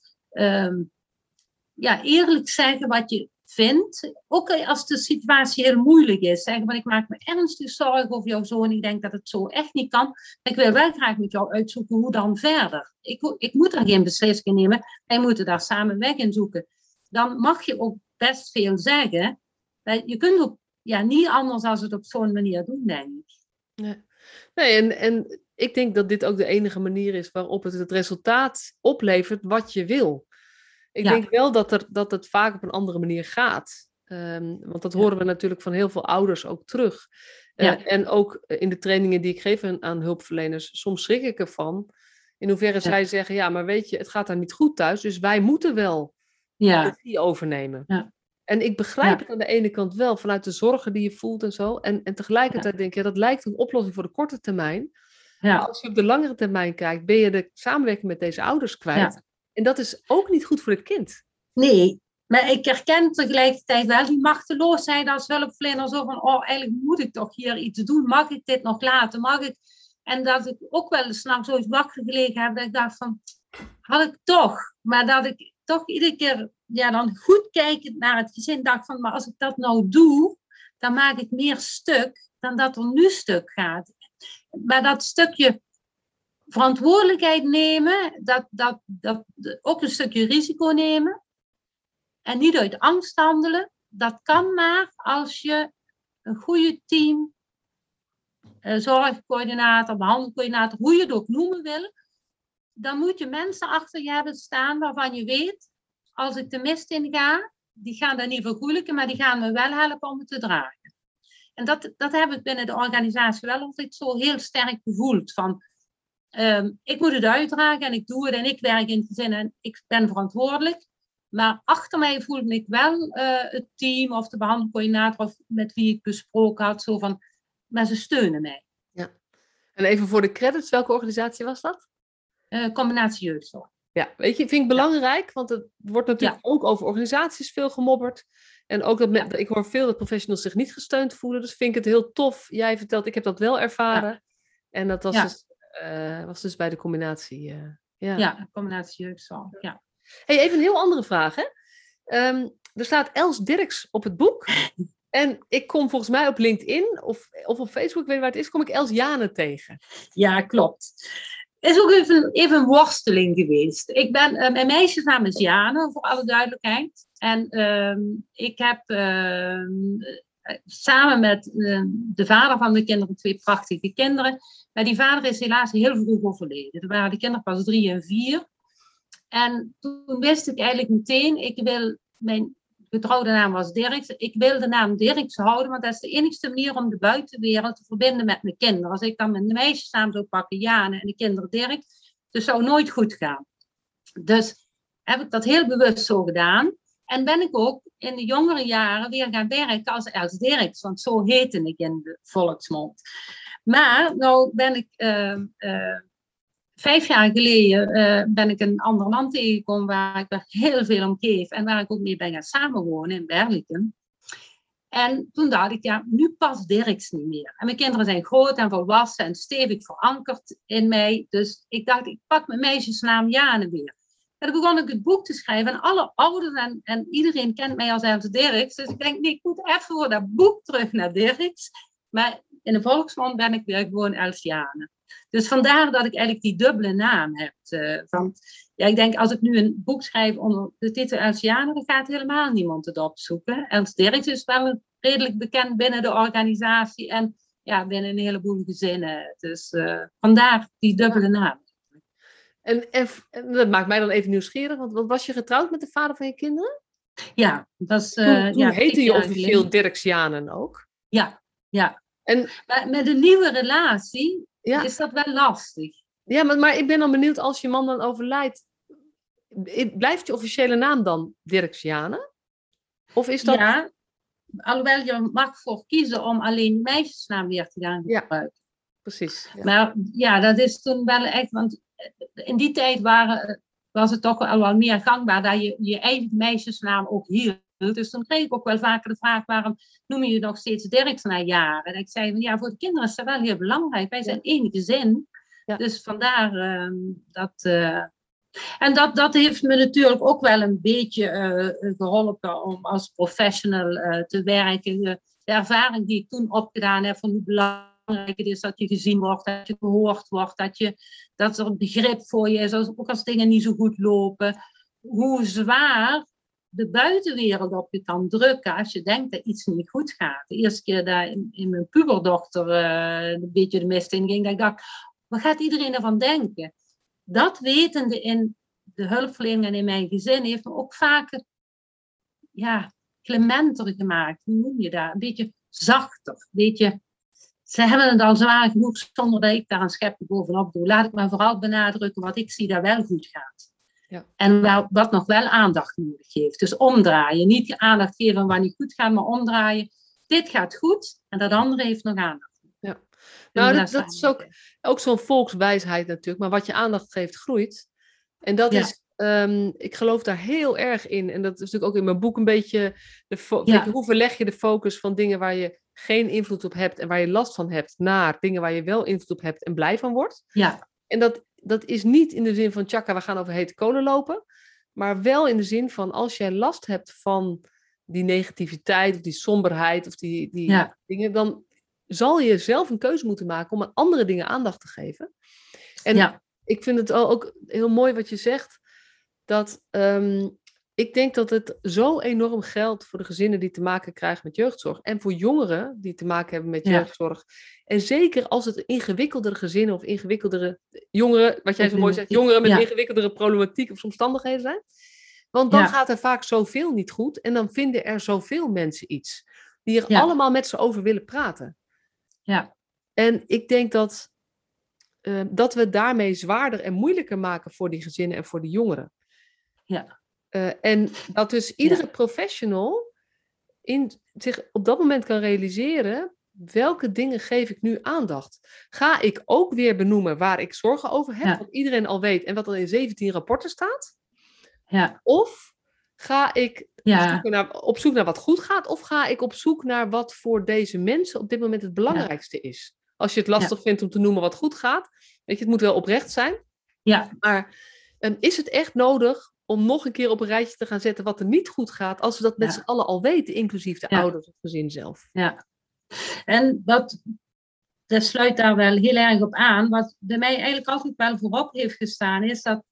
eerlijk zeggen wat je vindt, ook als de situatie heel moeilijk is. Zeggen van, ik maak me ernstig zorgen over jouw zoon, ik denk dat het zo echt niet kan. Ik wil wel graag met jou uitzoeken hoe dan verder. Ik moet er geen beslissing nemen, wij moeten daar samen weg in zoeken. Dan mag je ook best veel zeggen. Je kunt ook niet anders dan het op zo'n manier doen, denk ik. Nee, en ik denk dat dit ook de enige manier is waarop het resultaat oplevert wat je wil. Ik denk wel dat het vaak op een andere manier gaat. Want dat horen we natuurlijk van heel veel ouders ook terug. En ook in de trainingen die ik geef aan hulpverleners, soms schrik ik ervan. In hoeverre zij zeggen, maar weet je, het gaat daar niet goed thuis, dus wij moeten wel die overnemen. Ja. En ik begrijp het aan de ene kant wel, vanuit de zorgen die je voelt en zo. En tegelijkertijd denk je, dat lijkt een oplossing voor de korte termijn. Ja. Maar als je op de langere termijn kijkt, ben je de samenwerking met deze ouders kwijt. Ja. En dat is ook niet goed voor het kind. Nee, maar ik herken tegelijkertijd wel die machteloosheid als hulpverlener. Zo van, eigenlijk moet ik toch hier iets doen. Mag ik dit nog laten? Mag ik? En dat ik ook wel eens 's nachts zoiets wakker gelegen heb. Dat ik dacht van, had ik toch. Maar dat ik toch iedere keer dan goed kijkend naar het gezin dacht van, maar als ik dat nou doe, dan maak ik meer stuk dan dat er nu stuk gaat. Maar dat stukje verantwoordelijkheid nemen, dat ook een stukje risico nemen en niet uit angst handelen, dat kan maar als je een goede team, zorgcoördinator, behandelcoördinator, hoe je het ook noemen wil, dan moet je mensen achter je hebben staan waarvan je weet, als ik de mist in ga, die gaan dat niet vergoelijken, maar die gaan me wel helpen om het te dragen. En dat heb ik binnen de organisatie wel altijd zo heel sterk gevoeld. Van, ik moet het uitdragen en ik doe het en ik werk in het gezin en ik ben verantwoordelijk. Maar achter mij voelde ik wel het team of de behandelcoördinator of met wie ik besproken had, zo van, maar ze steunen mij. Ja. En even voor de credits, welke organisatie was dat? Combinatie jeugdzorg. Ja, weet je, vind ik belangrijk, want het wordt natuurlijk ook over organisaties veel gemobberd. En ook ik hoor veel dat professionals zich niet gesteund voelen. Dus vind ik het heel tof. Jij vertelt, ik heb dat wel ervaren. Ja. En dat was dus bij de combinatie. Combinatie jeugdzorg. Ja. Hey, even een heel andere vraag. Hè? Er staat Els Dirks op het boek. En ik kom volgens mij op LinkedIn of op Facebook, weet je waar het is, kom ik Els Jane tegen. Ja, klopt. Het is ook even een worsteling geweest. Mijn meisjesnaam is Jane, voor alle duidelijkheid. En ik heb samen met de vader van de kinderen 2 prachtige kinderen. Maar die vader is helaas heel vroeg overleden. Er waren de kinderen pas 3 en 4. En toen wist ik eigenlijk meteen, mijn getrouwde naam was Dirks. Ik wil de naam Dirks houden, want dat is de enigste manier om de buitenwereld te verbinden met mijn kinderen. Als ik dan mijn meisjesnaam zou pakken, Jane, en de kinderen Dirk, dus zou nooit goed gaan. Dus heb ik dat heel bewust zo gedaan. En ben ik ook in de jongere jaren weer gaan werken als Els Dirks, want zo heette ik in de volksmond. Maar nou ben ik 5 jaar geleden ben ik een ander man tegengekomen waar ik er heel veel om geef en waar ik ook mee ben gaan samenwonen in Berlikum. En toen dacht ik, ja, nu past Dirks niet meer. En mijn kinderen zijn groot en volwassen en stevig verankerd in mij. Dus ik dacht, ik pak mijn meisjesnaam Jane weer. En toen begon ik het boek te schrijven en alle ouders en iedereen kent mij als Els Dirks. Dus ik denk, nee, ik moet even voor dat boek terug naar Dirks. Maar in de volksmond ben ik weer gewoon Els Jane. Dus vandaar dat ik eigenlijk die dubbele naam heb. Ik denk, als ik nu een boek schrijf onder de titel Els Jane, dan gaat helemaal niemand het opzoeken. Els Dirks is wel redelijk bekend binnen de organisatie en binnen een heleboel gezinnen. Dus vandaar die dubbele naam. En dat maakt mij dan even nieuwsgierig, want was je getrouwd met de vader van je kinderen? Ja, dat is... Toen heette je officieel Dirks Janen ook? Ja. Maar met een nieuwe relatie is dat wel lastig. Ja, maar ik ben dan benieuwd, als je man dan overlijdt, blijft je officiële naam dan Dirks Jane? Of is dat... Ja, alhoewel je mag voor kiezen om alleen de meisjesnaam weer te gaan gebruiken. Precies. Ja. Maar dat is toen wel echt, want in die tijd was het toch wel meer gangbaar dat je je eigen meisjesnaam ook hield. Dus toen kreeg ik ook wel vaker de vraag, waarom noem je nog steeds Dirks na jaren? En ik zei, voor de kinderen is dat wel heel belangrijk. Wij zijn één gezin. Ja. Dus vandaar En dat heeft me natuurlijk ook wel een beetje geholpen om als professional te werken. De ervaring die ik toen opgedaan heb van hoe belangrijk het is dat je gezien wordt, dat je gehoord wordt, dat er een begrip voor je is, ook als dingen niet zo goed lopen. Hoe zwaar de buitenwereld op je kan drukken als je denkt dat iets niet goed gaat. De eerste keer dat in mijn puberdochter een beetje de mist in ging, dat ik dacht, wat gaat iedereen ervan denken? Dat wetende in de hulpverlening en in mijn gezin heeft me ook vaker clementer gemaakt. Hoe noem je dat? Een beetje zachter. Ze hebben het al zwaar genoeg zonder dat ik daar een schepje bovenop doe. Laat ik maar vooral benadrukken wat ik zie dat wel goed gaat. Ja. En wat nog wel aandacht nodig heeft. Dus omdraaien. Niet aandacht geven wat niet goed gaat, maar omdraaien. Dit gaat goed en dat andere heeft nog aandacht. Ja. Nou, dat is ook zo'n volkswijsheid natuurlijk. Maar wat je aandacht geeft, groeit. En dat is, ik geloof daar heel erg in. En dat is natuurlijk ook in mijn boek een beetje, hoe verleg je de focus van dingen waar je geen invloed op hebt en waar je last van hebt, naar dingen waar je wel invloed op hebt en blij van wordt. Ja. En dat is niet in de zin van, tjaka, we gaan over hete kolen lopen. Maar wel in de zin van, als jij last hebt van die negativiteit of die somberheid of die dingen, dan zal je zelf een keuze moeten maken om aan andere dingen aandacht te geven. En ik vind het ook heel mooi wat je zegt, dat Ik denk dat het zo enorm geldt voor de gezinnen die te maken krijgen met jeugdzorg. En voor jongeren die te maken hebben met jeugdzorg. En zeker als het ingewikkeldere gezinnen of ingewikkeldere jongeren, wat jij zo mooi zegt, jongeren met ingewikkeldere problematiek of omstandigheden zijn. Want dan gaat er vaak zoveel niet goed. En dan vinden er zoveel mensen iets. Die er allemaal met ze over willen praten. Ja. En ik denk dat we het daarmee zwaarder en moeilijker maken voor die gezinnen en voor de jongeren. Ja. En dat dus iedere professional zich op dat moment kan realiseren, welke dingen geef ik nu aandacht? Ga ik ook weer benoemen waar ik zorgen over heb, wat iedereen al weet en wat er in 17 rapporten staat? Ja. Of ga ik op zoek naar wat goed gaat, of ga ik op zoek naar wat voor deze mensen op dit moment het belangrijkste is? Als je het lastig vindt om te noemen wat goed gaat, weet je, het moet wel oprecht zijn. Ja. Maar is het echt nodig om nog een keer op een rijtje te gaan zetten wat er niet goed gaat, als we dat met z'n allen al weten, inclusief de ouders of het gezin zelf? Ja. En dat sluit daar wel heel erg op aan. Wat bij mij eigenlijk altijd wel voorop heeft gestaan, is dat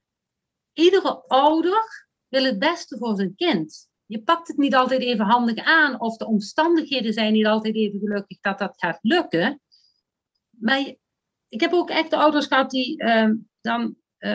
iedere ouder wil het beste voor zijn kind. Je pakt het niet altijd even handig aan, of de omstandigheden zijn niet altijd even gelukkig dat dat gaat lukken. Maar ik heb ook echt de ouders gehad die dan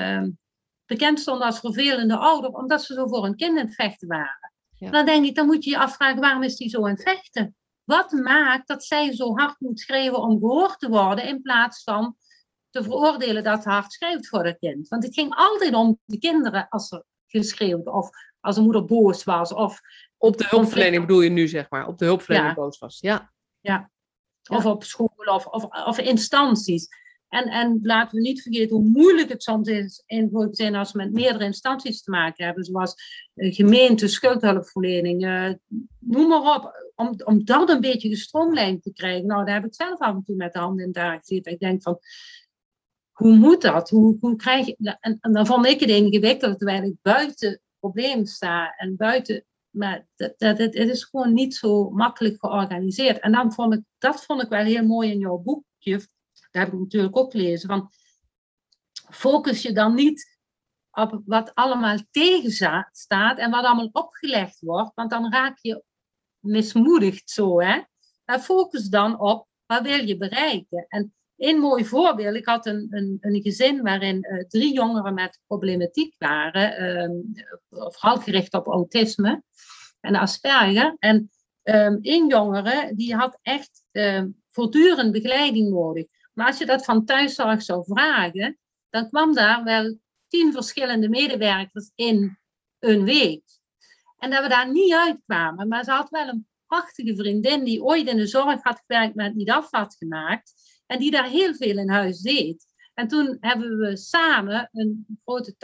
bekend stonden als vervelende ouder, omdat ze zo voor hun kind aan het vechten waren. Ja. Dan denk ik, dan moet je je afvragen, waarom is die zo aan het vechten? Wat maakt dat zij zo hard moet schreeuwen om gehoord te worden, in plaats van te veroordelen dat ze hard schreeuwt voor het kind? Want het ging altijd om de kinderen als er geschreeuwd, of als een moeder boos was. Of op de hulpverlening bedoel je nu, zeg maar. Op de hulpverlening boos was, ja. Of op school, of instanties. En laten we niet vergeten hoe moeilijk het soms is in gezinnen als we met meerdere instanties te maken hebben, zoals gemeente, schuldhulpverlening, noem maar op, om dat een beetje gestroomlijnd te krijgen. Nou, daar heb ik zelf af en toe met de handen in daar gezeten. Ik denk van, hoe moet dat? Hoe krijg je... En dan vond ik het ingewikkeld, terwijl ik buiten het probleem sta en buiten... Maar het is gewoon niet zo makkelijk georganiseerd. En dat vond ik wel heel mooi in jouw boekje. Dat heb ik natuurlijk ook gelezen. Van, focus je dan niet op wat allemaal tegenstaat en wat allemaal opgelegd wordt. Want dan raak je mismoedigd zo. Hè? Maar focus dan op wat wil je bereiken. En een mooi voorbeeld. Ik had een gezin waarin 3 jongeren met problematiek waren. Vooral gericht op autisme en Asperger. En 1 jongere die had echt voortdurend begeleiding nodig. Maar als je dat van thuiszorg zou vragen, dan kwam daar wel 10 verschillende medewerkers in een week. En dat we daar niet uitkwamen. Maar ze had wel een prachtige vriendin die ooit in de zorg had gewerkt, maar het niet af had gemaakt. En die daar heel veel in huis deed. En toen hebben we samen een grote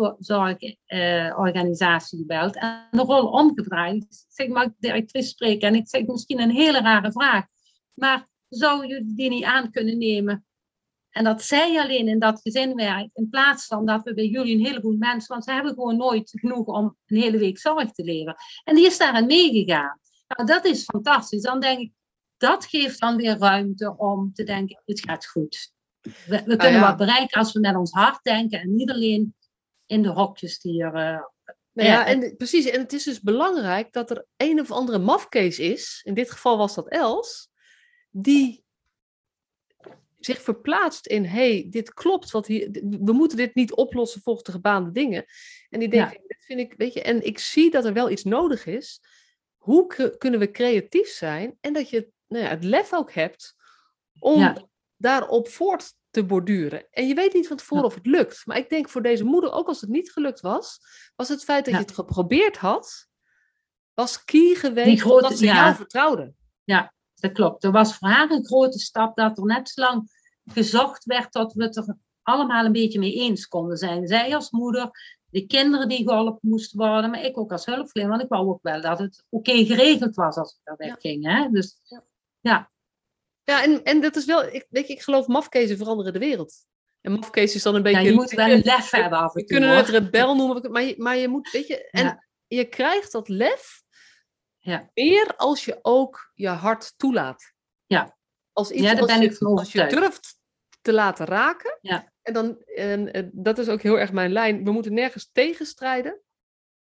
thuiszorgorganisatie gebeld en de rol omgedraaid. Ik zeg, mag ik de directrice spreken? En ik zeg, misschien een hele rare vraag. Maar zou je die niet aan kunnen nemen? En dat zij alleen in dat gezin werkt, in plaats van dat we bij jullie een heleboel mensen, want ze hebben gewoon nooit genoeg om een hele week zorg te leveren. En die is daarin meegegaan. Nou, dat is fantastisch. Dan denk ik, dat geeft dan weer ruimte om te denken, het gaat goed. We kunnen wat bereiken als we met ons hart denken en niet alleen in de hokjes die er... precies. En het is dus belangrijk dat er een of andere mafkees is, in dit geval was dat Els, die zich verplaatst in, dit klopt, we moeten dit niet oplossen volgens de gebaande dingen. En die denkt, dit vind ik, weet je, en ik zie dat er wel iets nodig is. Hoe kunnen we creatief zijn en dat je het lef ook hebt om daarop voort te borduren. En je weet niet van tevoren of het lukt. Maar ik denk voor deze moeder, ook als het niet gelukt was het feit dat je het geprobeerd had, was key geweest omdat ze jou vertrouwde. Ja, dat klopt. Er was voor haar een grote stap dat er net zo lang gezocht werd tot we het er allemaal een beetje mee eens konden zijn. Zij als moeder, de kinderen die geholpen moesten worden, maar ik ook als hulpverlener, want ik wou ook wel dat het oké geregeld was als ik daar wegging. Hè? Dus ja. Ja, en dat is wel, ik geloof mafkezen veranderen de wereld. En mafkezen is dan een beetje... Ja, je moet wel een lef hebben af en toe. We kunnen het rebel noemen, maar je moet, weet je... En je krijgt dat lef meer als je ook je hart toelaat. Ja, als je durft te laten raken. Ja. En dat is ook heel erg mijn lijn. We moeten nergens tegen strijden.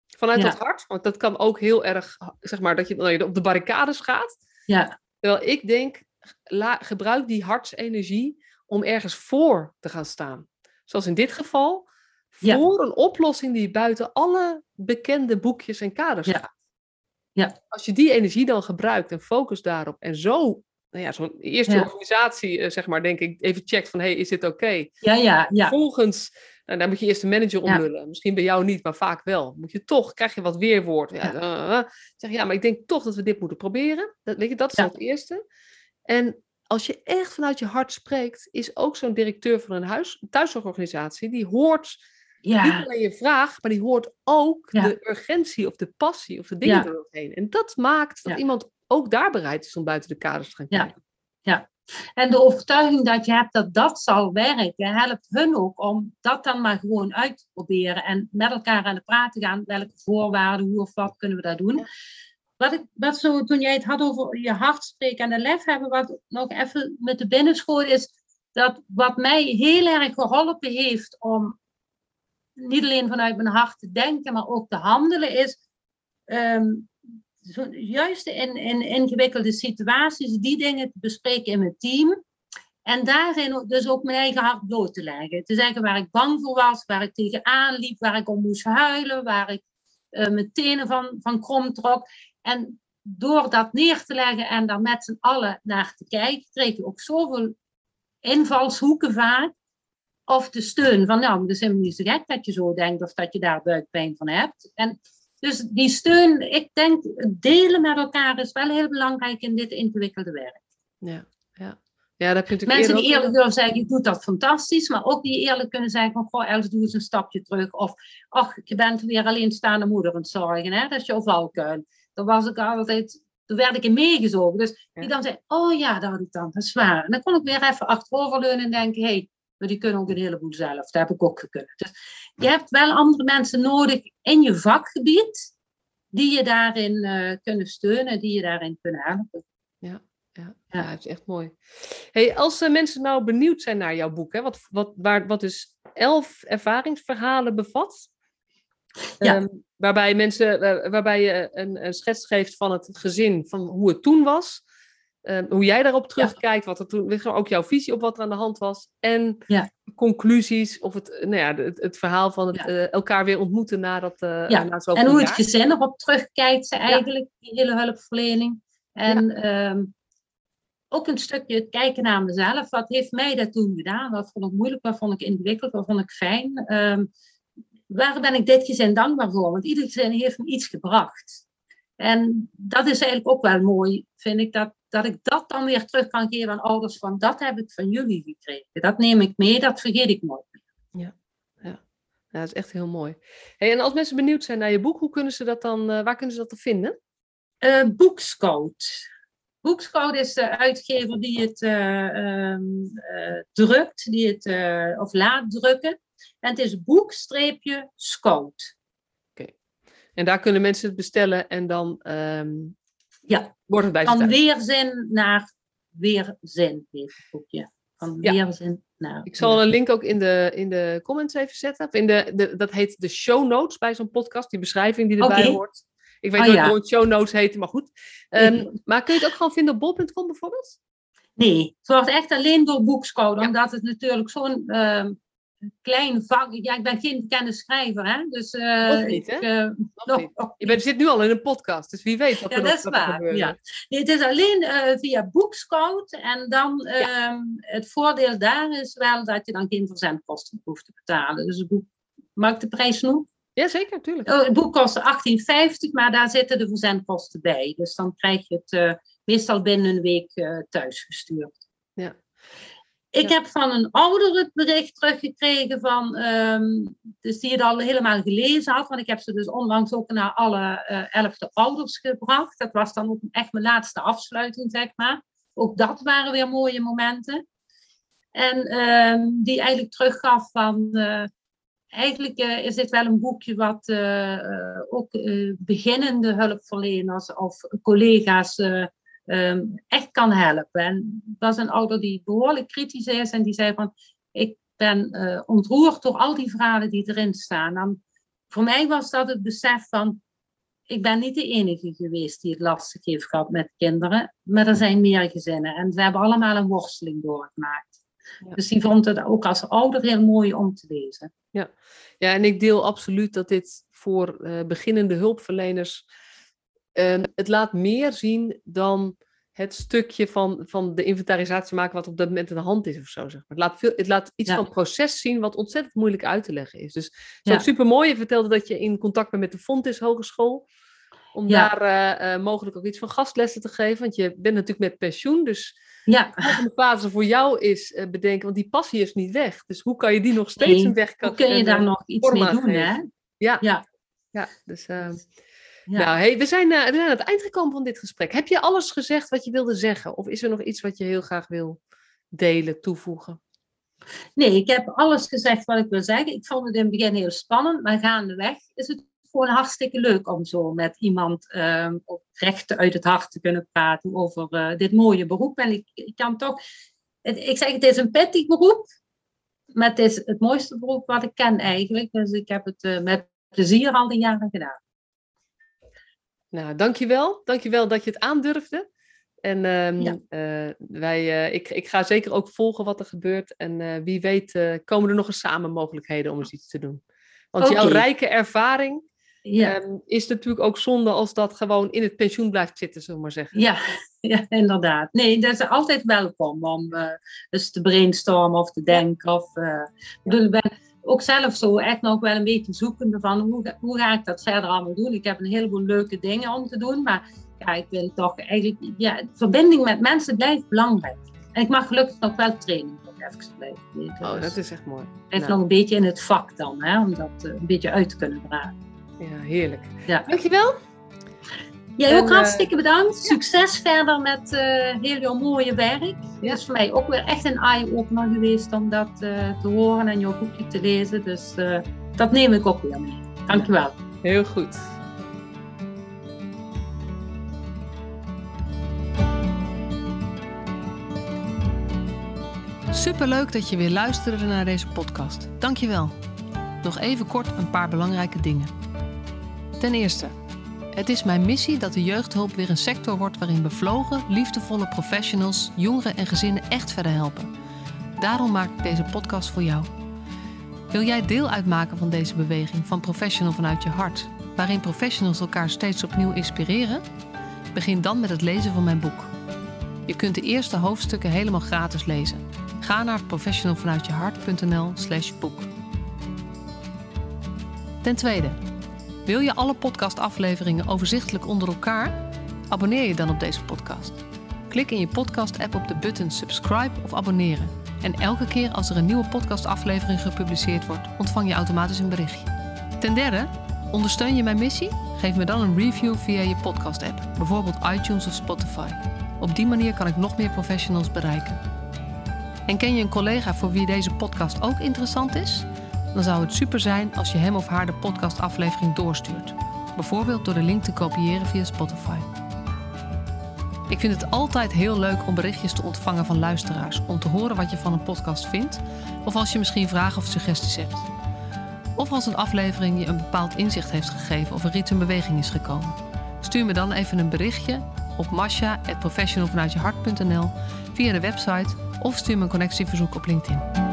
Vanuit dat hart, want dat kan ook heel erg, zeg maar, dat je op de barricades gaat. Ja. Terwijl ik denk, gebruik die hartsenergie om ergens voor te gaan staan. Zoals in dit geval, voor een oplossing die buiten alle bekende boekjes en kaders gaat. Ja. Als je die energie dan gebruikt en focust daarop en zo, zo'n eerste organisatie, zeg maar, denk ik, even checkt van, is dit oké? Ja. Vervolgens, daar moet je eerst de manager omlullen. Misschien bij jou niet, maar vaak wel. Krijg je wat weerwoord. Zeg maar ik denk toch dat we dit moeten proberen. Dat is dan het eerste. En als je echt vanuit je hart spreekt, is ook zo'n directeur van een thuiszorgorganisatie, die hoort niet alleen je vraag, maar die hoort ook de urgentie of de passie of de dingen eromheen. En dat maakt dat iemand ook daar bereid is om buiten de kaders te gaan kijken. Ja. En de overtuiging dat je hebt dat zal werken, helpt hun ook om dat dan maar gewoon uit te proberen en met elkaar aan de praat te gaan. Welke voorwaarden, hoe of wat kunnen we daar doen? Wat zo, toen jij het had over je hart spreken en de lef hebben, wat nog even met de binnenschoot is, dat wat mij heel erg geholpen heeft om niet alleen vanuit mijn hart te denken, maar ook te handelen, is juist in ingewikkelde situaties die dingen te bespreken in mijn team. En daarin dus ook mijn eigen hart bloot te leggen. Te zeggen waar ik bang voor was, waar ik tegenaan liep, waar ik om moest huilen, waar ik mijn tenen van krom trok. En door dat neer te leggen en daar met z'n allen naar te kijken, kreeg je ook zoveel invalshoeken vaak. Of de steun van, dat is helemaal niet zo gek dat je zo denkt of dat je daar buikpijn van hebt. En dus die steun, ik denk, delen met elkaar is wel heel belangrijk in dit ingewikkelde werk. Ja, dat heb je natuurlijk mensen die eerlijk durven zeggen, je doet dat fantastisch, maar ook die eerlijk kunnen zeggen van, goh, Els, doe eens een stapje terug. Of, ach, je bent weer alleenstaande moeder aan het zorgen, hè? Dat is jouw valkuil. Daar werd ik in meegezogen. Dus die dan zei, oh ja, dat had ik dan, dat is waar. En dan kon ik weer even achteroverleunen en denken, maar die kunnen ook een heleboel zelf. Dat heb ik ook gekund. Dus je hebt wel andere mensen nodig in je vakgebied, die je daarin kunnen steunen, die je daarin kunnen helpen. Ja, het is echt mooi. Als mensen nou benieuwd zijn naar jouw boek, hè, wat dus 11 ervaringsverhalen bevat, waarbij je een schets geeft van het gezin, van hoe het toen was, hoe jij daarop terugkijkt, wat er toen, ook jouw visie op wat er aan de hand was, en conclusies, of het verhaal van het elkaar weer ontmoeten na zoveel jaar. En hoe het gezin erop terugkijkt, eigenlijk, die hele hulpverlening. En ook een stukje het kijken naar mezelf. Wat heeft mij dat toen gedaan? Wat vond ik moeilijk? Wat vond ik ingewikkeld? Wat vond ik fijn? Waar ben ik dit gezin dankbaar voor? Want ieder gezin heeft me iets gebracht. En dat is eigenlijk ook wel mooi, vind ik, dat ik dat dan weer terug kan geven aan ouders van, dat heb ik van jullie gekregen. Dat neem ik mee, dat vergeet ik nooit meer. Ja, dat is echt heel mooi. En als mensen benieuwd zijn naar je boek, hoe kunnen ze dat dan, waar kunnen ze dat vinden? Boekscout. Boekscout is de uitgever die het drukt, of laat drukken. En het is boek-scout. Oké. En daar kunnen mensen het bestellen en dan wordt het bij ze van thuis. Weerzin naar Weerzin heet het boekje. Van weerzin naar... Ik zal een link ook in de comments even zetten. Dat heet de show notes bij zo'n podcast, die beschrijving die erbij hoort. Ik weet nooit hoe het show notes heet, maar goed. Maar kun je het ook gewoon vinden op bol.com bijvoorbeeld? Nee, het wordt echt alleen door Boekscout, omdat het natuurlijk zo'n klein vak... Ja, ik ben geen bekende schrijver, hè. Dus, nog niet, hè? Je zit nu al in een podcast, dus wie weet wat er dat is waar, gebeuren. Nee, het is alleen via Boekscout. En dan het voordeel daar is wel dat je dan geen verzendkosten hoeft te betalen. Dus het boek, mag ik de prijs noemen? Ja, zeker, tuurlijk. Het boek kost €18,50, maar daar zitten de verzendkosten bij. Dus dan krijg je het meestal binnen een week thuisgestuurd. Ja. Ik heb van een ouder het bericht teruggekregen van, dus die het al helemaal gelezen had. Want ik heb ze dus onlangs ook naar alle 11 ouders gebracht. Dat was dan ook echt mijn laatste afsluiting, zeg maar. Ook dat waren weer mooie momenten. En die eigenlijk teruggaf van... Eigenlijk is dit wel een boekje wat ook beginnende hulpverleners of collega's echt kan helpen. En dat was een ouder die behoorlijk kritisch is en die zei van, ik ben ontroerd door al die verhalen die erin staan. Dan voor mij was dat het besef van, ik ben niet de enige geweest die het lastig heeft gehad met kinderen, maar er zijn meer gezinnen en ze hebben allemaal een worsteling doorgemaakt. Ja. Dus die vond het ook als ouder heel mooi om te lezen. Ja, en ik deel absoluut dat dit voor beginnende hulpverleners, het laat meer zien dan het stukje van de inventarisatie maken wat op dat moment in de hand is of zo. Zeg maar. Het laat iets van het proces zien wat ontzettend moeilijk uit te leggen is. Dus het is ook super mooi. Je vertelde dat je in contact bent met de Fontys Hogeschool. Om daar mogelijk ook iets van gastlessen te geven. Want je bent natuurlijk met pensioen. Dus de volgende fase voor jou is bedenken. Want die passie is niet weg. Dus hoe kan je die nog steeds een weg hoe kun je daar nog iets mee doen, hè? Ja, dus... Nou, hey, we zijn aan het eind gekomen van dit gesprek. Heb je alles gezegd wat je wilde zeggen? Of is er nog iets wat je heel graag wil delen, toevoegen? Nee, ik heb alles gezegd wat ik wil zeggen. Ik vond het in het begin heel spannend, maar gaandeweg is het gewoon hartstikke leuk om zo met iemand recht uit het hart te kunnen praten over dit mooie beroep. En ik kan toch... Ik zeg, het is een pittig beroep, maar het is het mooiste beroep wat ik ken eigenlijk. Dus ik heb het met plezier al die jaren gedaan. Nou, dankjewel. Dankjewel dat je het aandurfde. En ik ga zeker ook volgen wat er gebeurt. En wie weet komen er nog eens samen mogelijkheden om eens iets te doen. Want jouw rijke ervaring is natuurlijk ook zonde als dat gewoon in het pensioen blijft zitten, zullen we maar zeggen. Ja, inderdaad. Nee, dat is altijd welkom om dus te brainstormen of te denken. Ik ben ook zelf zo echt nog wel een beetje zoekende van hoe ga ik dat verder allemaal doen. Ik heb een heleboel leuke dingen om te doen, maar ik wil toch eigenlijk, verbinding met mensen blijft belangrijk. En ik mag gelukkig nog wel training nog even blijven weten. Oh, dat is echt mooi. Even nog een beetje in het vak dan, hè, om dat een beetje uit te kunnen dragen. Ja, heerlijk. Ja. Dankjewel. Jij ook hartstikke bedankt. Succes verder met heel jouw mooie werk. Het is voor mij ook weer echt een eye-opener geweest om dat te horen en jouw boekje te lezen. Dus dat neem ik ook weer mee. Dankjewel. Heel goed. Superleuk dat je weer luisterde naar deze podcast. Dankjewel. Nog even kort een paar belangrijke dingen. Ten eerste, het is mijn missie dat de jeugdhulp weer een sector wordt waarin bevlogen, liefdevolle professionals jongeren en gezinnen echt verder helpen. Daarom maak ik deze podcast voor jou. Wil jij deel uitmaken van deze beweging van Professional vanuit je hart, waarin professionals elkaar steeds opnieuw inspireren? Begin dan met het lezen van mijn boek. Je kunt de eerste hoofdstukken helemaal gratis lezen. Ga naar professionalvanuitjehart.nl/boek. Ten tweede, wil je alle podcastafleveringen overzichtelijk onder elkaar? Abonneer je dan op deze podcast. Klik in je podcast-app op de button subscribe of abonneren. En elke keer als er een nieuwe podcastaflevering gepubliceerd wordt, ontvang je automatisch een berichtje. Ten derde, ondersteun je mijn missie? Geef me dan een review via je podcast-app, bijvoorbeeld iTunes of Spotify. Op die manier kan ik nog meer professionals bereiken. En ken je een collega voor wie deze podcast ook interessant is? Dan zou het super zijn als je hem of haar de podcastaflevering doorstuurt. Bijvoorbeeld door de link te kopiëren via Spotify. Ik vind het altijd heel leuk om berichtjes te ontvangen van luisteraars, om te horen wat je van een podcast vindt, of als je misschien vragen of suggesties hebt. Of als een aflevering je een bepaald inzicht heeft gegeven of er iets in beweging is gekomen. Stuur me dan even een berichtje op masha@professionalvanuitjehart.nl via de website of stuur me een connectieverzoek op LinkedIn.